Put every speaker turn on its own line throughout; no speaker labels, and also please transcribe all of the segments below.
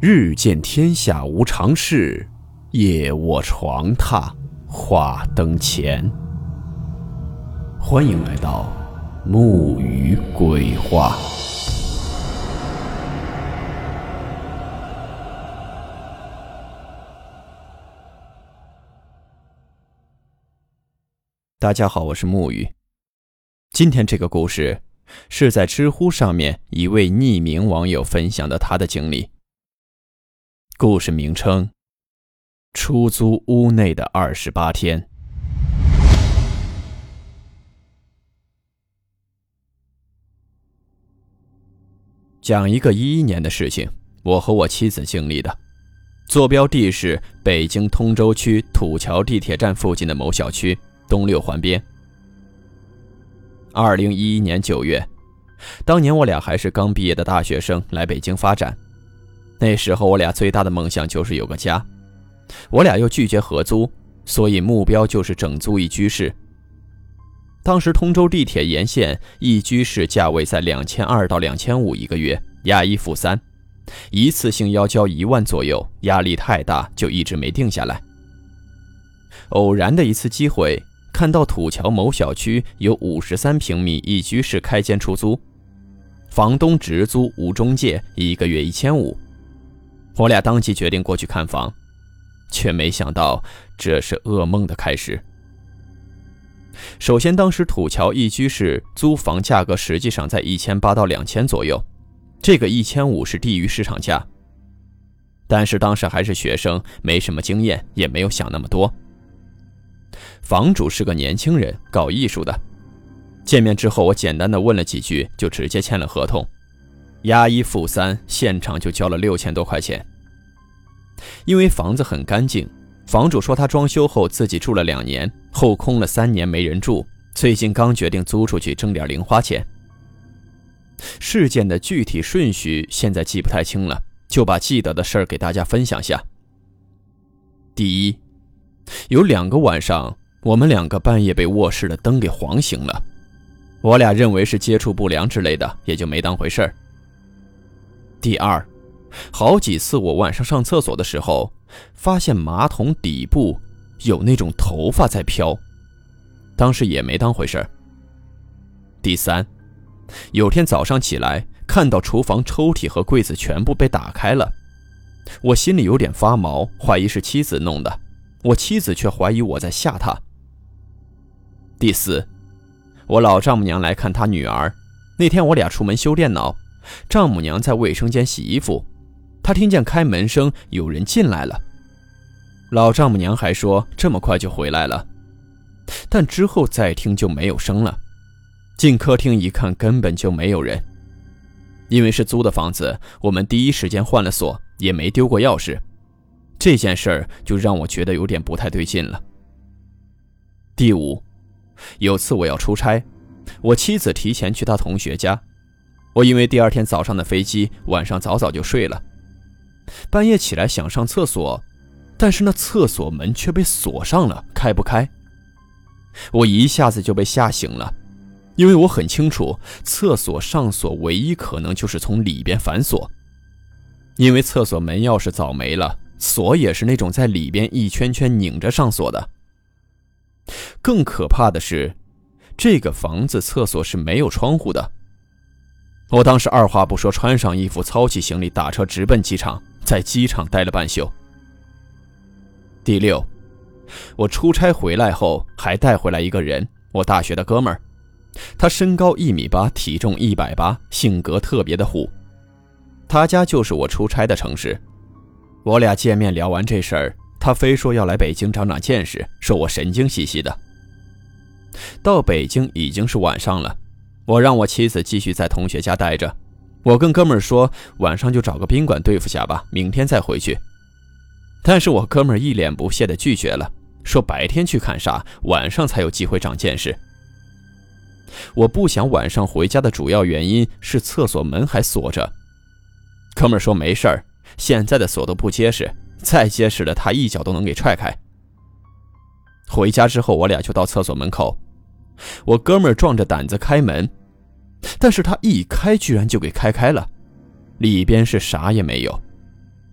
日见天下无常事，夜卧床榻话灯前。欢迎来到木鱼鬼话。大家好，我是木鱼。今天这个故事是在知乎上面一位匿名网友分享的他的经历。故事名称：出租屋内的28天。讲一个11年的事情，我和我妻子经历的。坐标地是北京通州区土桥地铁站附近的某小区东六环边。2011年9月，当年我俩还是刚毕业的大学生，来北京发展。那时候我俩最大的梦想就是有个家，我俩又拒绝合租，所以目标就是整租一居室。当时通州地铁沿线一居室价位在2200到2500一个月，押一付三，一次性要交1万左右，压力太大，就一直没定下来。偶然的一次机会，看到土桥某小区有53平米一居室开间出租，房东直租无中介，一个月1500。我俩当即决定过去看房，却没想到这是噩梦的开始。首先，当时土桥一居室租房价格实际上在1800到2000左右，这个1500是低于市场价。但是当时还是学生，没什么经验，也没有想那么多。房主是个年轻人，搞艺术的。见面之后，我简单的问了几句，就直接签了合同，押一付三，现场就交了6000多块钱。因为房子很干净，房主说他装修后自己住了2年，后空了3年没人住，最近刚决定租出去挣点零花钱。事件的具体顺序现在记不太清了，就把记得的事儿给大家分享下。第一，有2个晚上，我们2个半夜被卧室的灯给晃醒了，我俩认为是接触不良之类的，也就没当回事儿。第二，好几次我晚上上厕所的时候，发现马桶底部有那种头发在飘，当时也没当回事儿。第三，有天早上起来，看到厨房抽屉和柜子全部被打开了，我心里有点发毛，怀疑是妻子弄的，我妻子却怀疑我在吓她。第四，我老丈母娘来看她女儿，那天我俩出门修电脑，丈母娘在卫生间洗衣服，她听见开门声，有人进来了。老丈母娘还说这么快就回来了，但之后再听就没有声了。进客厅一看，根本就没有人。因为是租的房子，我们第一时间换了锁，也没丢过钥匙。这件事儿就让我觉得有点不太对劲了。第五，有次我要出差，我妻子提前去她同学家，我因为第2天早上的飞机，晚上早早就睡了。半夜起来想上厕所，但是那厕所门却被锁上了，开不开。我一下子就被吓醒了，因为我很清楚，厕所上锁唯一可能就是从里边反锁。因为厕所门钥匙早没了，锁也是那种在里边一圈圈拧着上锁的。更可怕的是，这个房子厕所是没有窗户的。我当时二话不说，穿上衣服，操起行李，打车直奔机场，在机场待了半宿。第六，我出差回来后还带回来一个人，我大学的哥们儿，他身高1.8米，体重180，性格特别的虎。他家就是我出差的城市。我俩见面聊完这事儿，他非说要来北京长长见识，说我神经兮兮的。到北京已经是晚上了，我让我妻子继续在同学家待着，我跟哥们儿说晚上就找个宾馆对付下吧，明天再回去。但是我哥们儿一脸不屑地拒绝了，说白天去看啥，晚上才有机会长见识。我不想晚上回家的主要原因是厕所门还锁着。哥们儿说没事儿，现在的锁都不结实，再结实的他一脚都能给踹开。回家之后，我俩就到厕所门口，我哥们儿壮着胆子开门，但是他一开居然就给开了，里边是啥也没有。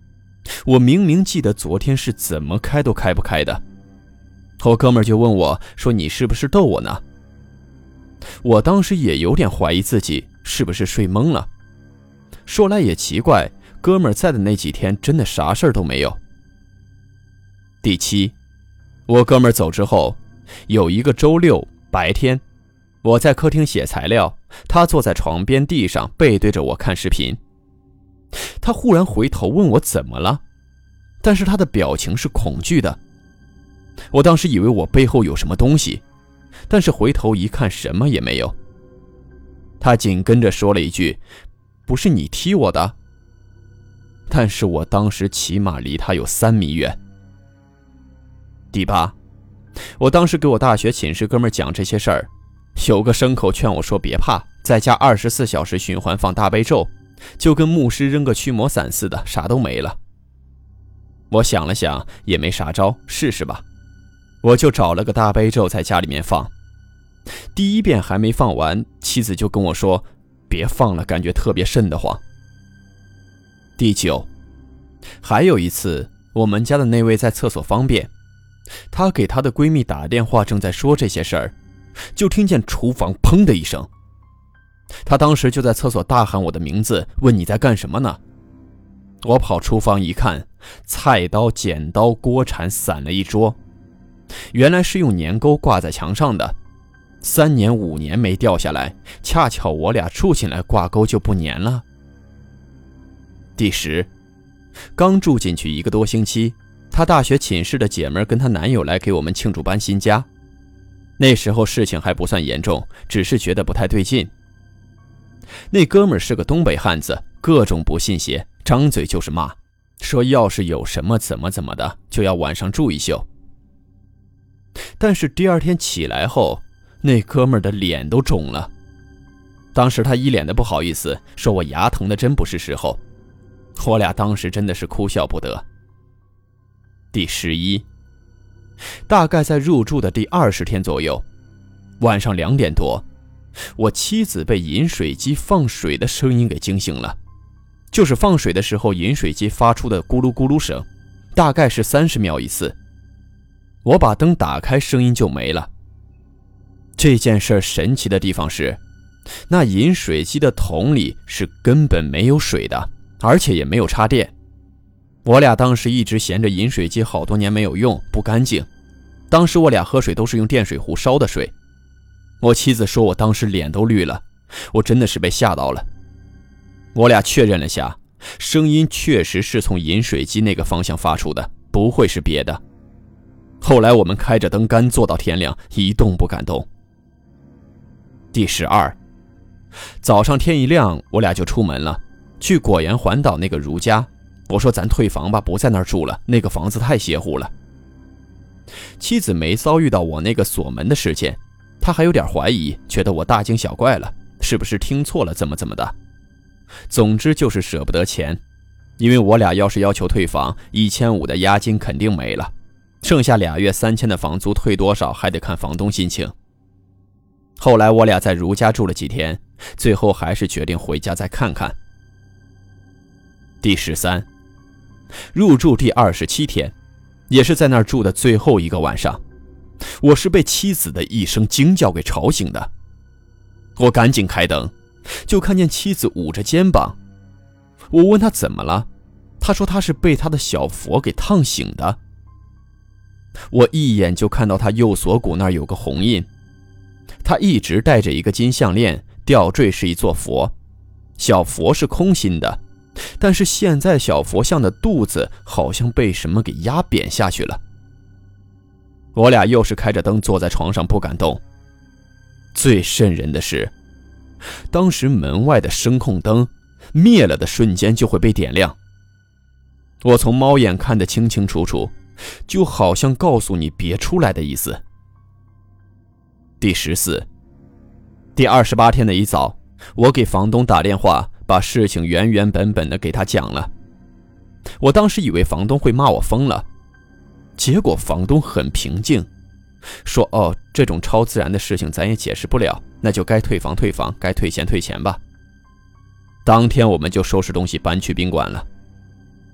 我明明记得昨天是怎么开都开不开的。我哥们儿就问我说，你是不是逗我呢？我当时也有点怀疑自己是不是睡懵了。说来也奇怪，哥们儿在的那几天真的啥事儿都没有。第7，我哥们儿走之后，有一个周六白天，我在客厅写材料，他坐在床边地上背对着我看视频。他忽然回头问我怎么了，但是他的表情是恐惧的。我当时以为我背后有什么东西，但是回头一看什么也没有。他紧跟着说了一句，不是你踢我的。但是我当时起码离他有3米远。第8，我当时给我大学寝室哥们讲这些事儿，有个牲口劝我说别怕，在家24小时循环放大悲咒，就跟牧师扔个驱魔伞似的，啥都没了。我想了想也没啥招，试试吧。我就找了个大悲咒在家里面放。第1遍还没放完，妻子就跟我说别放了，感觉特别瘆得慌。第9，还有一次，我们家的那位在厕所方便，她给她的闺蜜打电话，正在说这些事儿，就听见厨房砰的一声。她当时就在厕所大喊我的名字，问你在干什么呢？我跑厨房一看，菜刀、剪刀、锅铲散了一桌，原来是用粘钩挂在墙上的，3年5年没掉下来，恰巧我俩住进来，挂钩就不粘了。第10，刚住进去1个多星期，她大学寝室的姐妹跟她男友来给我们庆祝搬新家。那时候事情还不算严重，只是觉得不太对劲。那哥们儿是个东北汉子，各种不信邪，张嘴就是骂，说要是有什么怎么的，就要晚上住一宿。但是第2天起来后，那哥们儿的脸都肿了。当时他一脸的不好意思，说我牙疼的真不是时候。我俩当时真的是哭笑不得。第11，大概在入住的第20天左右，晚上2点多，我妻子被饮水机放水的声音给惊醒了。就是放水的时候饮水机发出的咕噜咕噜声，大概是30秒一次。我把灯打开，声音就没了。这件事神奇的地方是，那饮水机的桶里是根本没有水的，而且也没有插电。我俩当时一直嫌着饮水机好多年没有用，不干净。当时我俩喝水都是用电水壶烧的水。我妻子说我当时脸都绿了，我真的是被吓到了。我俩确认了下，声音确实是从饮水机那个方向发出的，不会是别的。后来我们开着灯干坐到天亮，一动不敢动。第12，早上天一亮，我俩就出门了，去果园环岛那个如家。我说咱退房吧，不在那儿住了，那个房子太邪乎了。妻子没遭遇到我那个锁门的事件，她还有点怀疑，觉得我大惊小怪了，是不是听错了怎么的。总之就是舍不得钱，因为我俩要是要求退房，1500的押金肯定没了，剩下2月3000的房租退多少还得看房东心情。后来我俩在如家住了几天，最后还是决定回家再看看。第13，入住第27天，也是在那儿住的最后一个晚上，我是被妻子的一声惊叫给吵醒的。我赶紧开灯，就看见妻子捂着肩膀。我问她怎么了，她说她是被她的小佛给烫醒的。我一眼就看到她右锁骨那儿有个红印，她一直戴着一个金项链，吊坠是一座佛，小佛是空心的，但是现在小佛像的肚子好像被什么给压扁下去了。我俩又是开着灯坐在床上不敢动。最瘆人的是，当时门外的声控灯灭了的瞬间就会被点亮。我从猫眼看得清清楚楚，就好像告诉你别出来的意思。第14，第28天的一早，我给房东打电话，把事情原原本本的给他讲了。我当时以为房东会骂我疯了，结果房东很平静，说这种超自然的事情咱也解释不了，那就该退房退房，该退钱退钱吧。当天我们就收拾东西搬去宾馆了。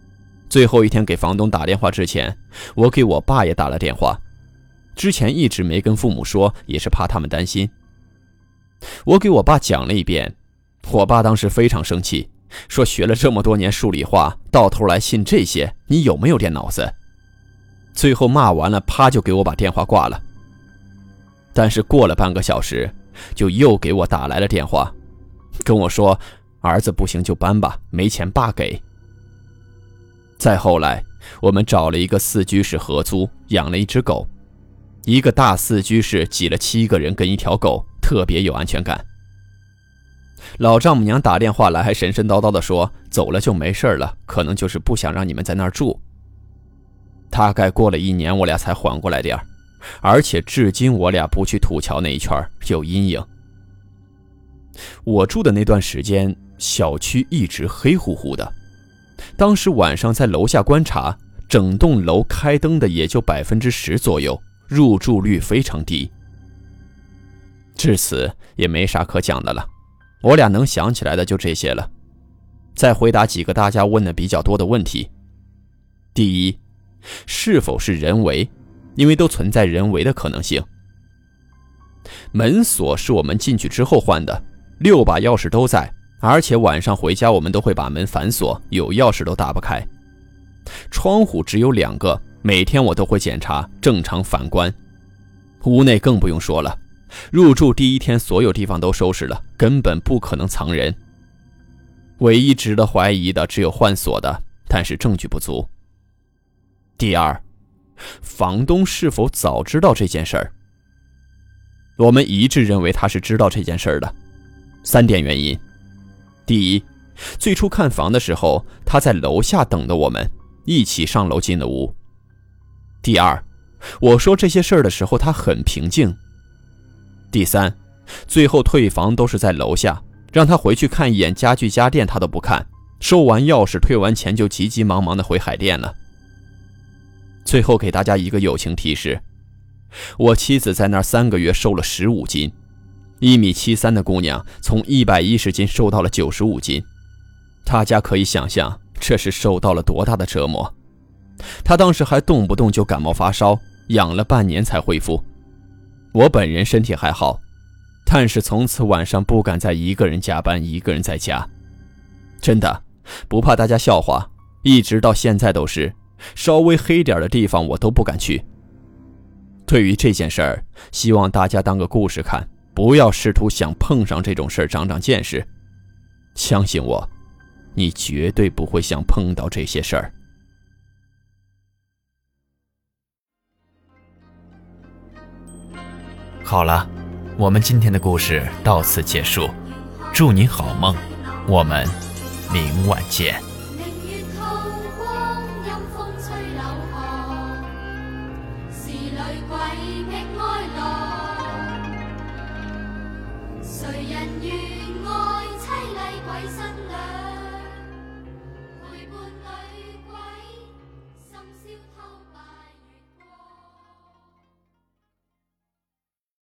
最后一天给房东打电话之前，我给我爸也打了电话。之前一直没跟父母说，也是怕他们担心。我给我爸讲了一遍，我爸当时非常生气，说学了这么多年数理化，到头来信这些，你有没有点脑子？最后骂完了，啪就给我把电话挂了。但是过了半个小时，就又给我打来了电话，跟我说儿子不行就搬吧，没钱爸给。再后来，我们找了一个4居室合租，养了一只狗，一个大4居室挤了7个人跟一条狗，特别有安全感。老丈母娘打电话来还神神叨叨地说走了就没事了，可能就是不想让你们在那儿住。大概过了1年，我俩才缓过来点儿，而且至今我俩不去土桥那一圈，有阴影。我住的那段时间，小区一直黑乎乎的，当时晚上在楼下观察，整栋楼开灯的也就10%左右，入住率非常低。至此也没啥可讲的了，我俩能想起来的就这些了。再回答几个大家问的比较多的问题。第一，是否是人为？因为都存在人为的可能性。门锁是我们进去之后换的，6把钥匙都在，而且晚上回家我们都会把门反锁，有钥匙都打不开。窗户只有2个，每天我都会检查，正常反关。屋内更不用说了，入住第1天所有地方都收拾了，根本不可能藏人。唯一值得怀疑的只有换锁的，但是证据不足。第二，房东是否早知道这件事儿？我们一致认为他是知道这件事儿的。3点原因。第一，最初看房的时候，他在楼下等的我们，一起上楼进了屋。第二，我说这些事儿的时候，他很平静。第三，最后退房都是在楼下，让他回去看一眼家具家电他都不看，收完钥匙退完钱就急急忙忙地回海淀了。最后给大家一个友情提示，我妻子在那儿3个月瘦了15斤，1.73米的姑娘从110斤瘦到了95斤，大家可以想象这是受到了多大的折磨。她当时还动不动就感冒发烧，养了半年才恢复。我本人身体还好，但是从此晚上不敢再一个人加班，一个人在家。真的，不怕大家笑话，一直到现在都是，稍微黑点的地方我都不敢去。对于这件事儿，希望大家当个故事看，不要试图想碰上这种事儿长长见识。相信我，你绝对不会想碰到这些事儿。
好了，我们今天的故事到此结束，祝你好梦，我们明晚见。谁人愿